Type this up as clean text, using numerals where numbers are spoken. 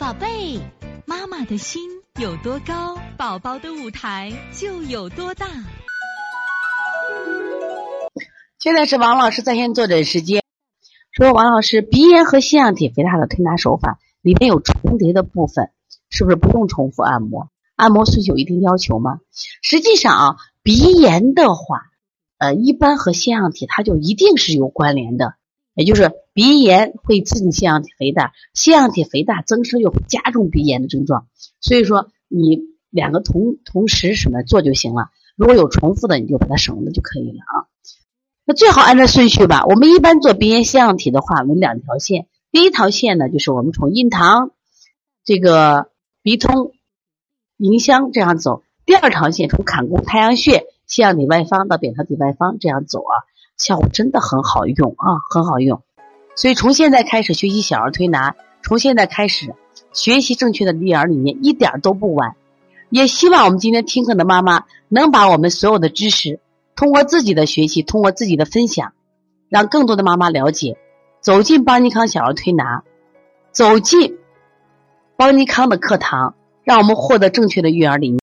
宝贝，妈妈的心有多高，宝宝的舞台就有多大。 现在是王老师在线坐诊时间。说王老师，鼻炎和腺样体肥大的推拿手法里面有重叠的部分，是不是不用重复按摩？按摩顺序有一定要求吗？实际上鼻炎的话，一般和腺样体它就一定是有关联的，也就是鼻炎会刺激腺样体肥大，腺样体肥大增生又会加重鼻炎的症状。所以说你两个同时什么做就行了，如果有重复的你就把它省了就可以了啊。那最好按照顺序吧。我们一般做鼻炎腺样体的话，有两条线。第一条线呢，就是我们从印堂、这个鼻通、迎香这样走；第二条线从坎宫、太阳穴、腺样体外方到扁桃体外方这样走啊，效果真的很好用啊，很好用。所以从现在开始学习小儿推拿，从现在开始学习正确的育儿理念，一点都不晚。也希望我们今天听课的妈妈能把我们所有的知识通过自己的学习，通过自己的分享，让更多的妈妈了解，走进邦尼康小儿推拿，走进邦尼康的课堂，让我们获得正确的育儿理念。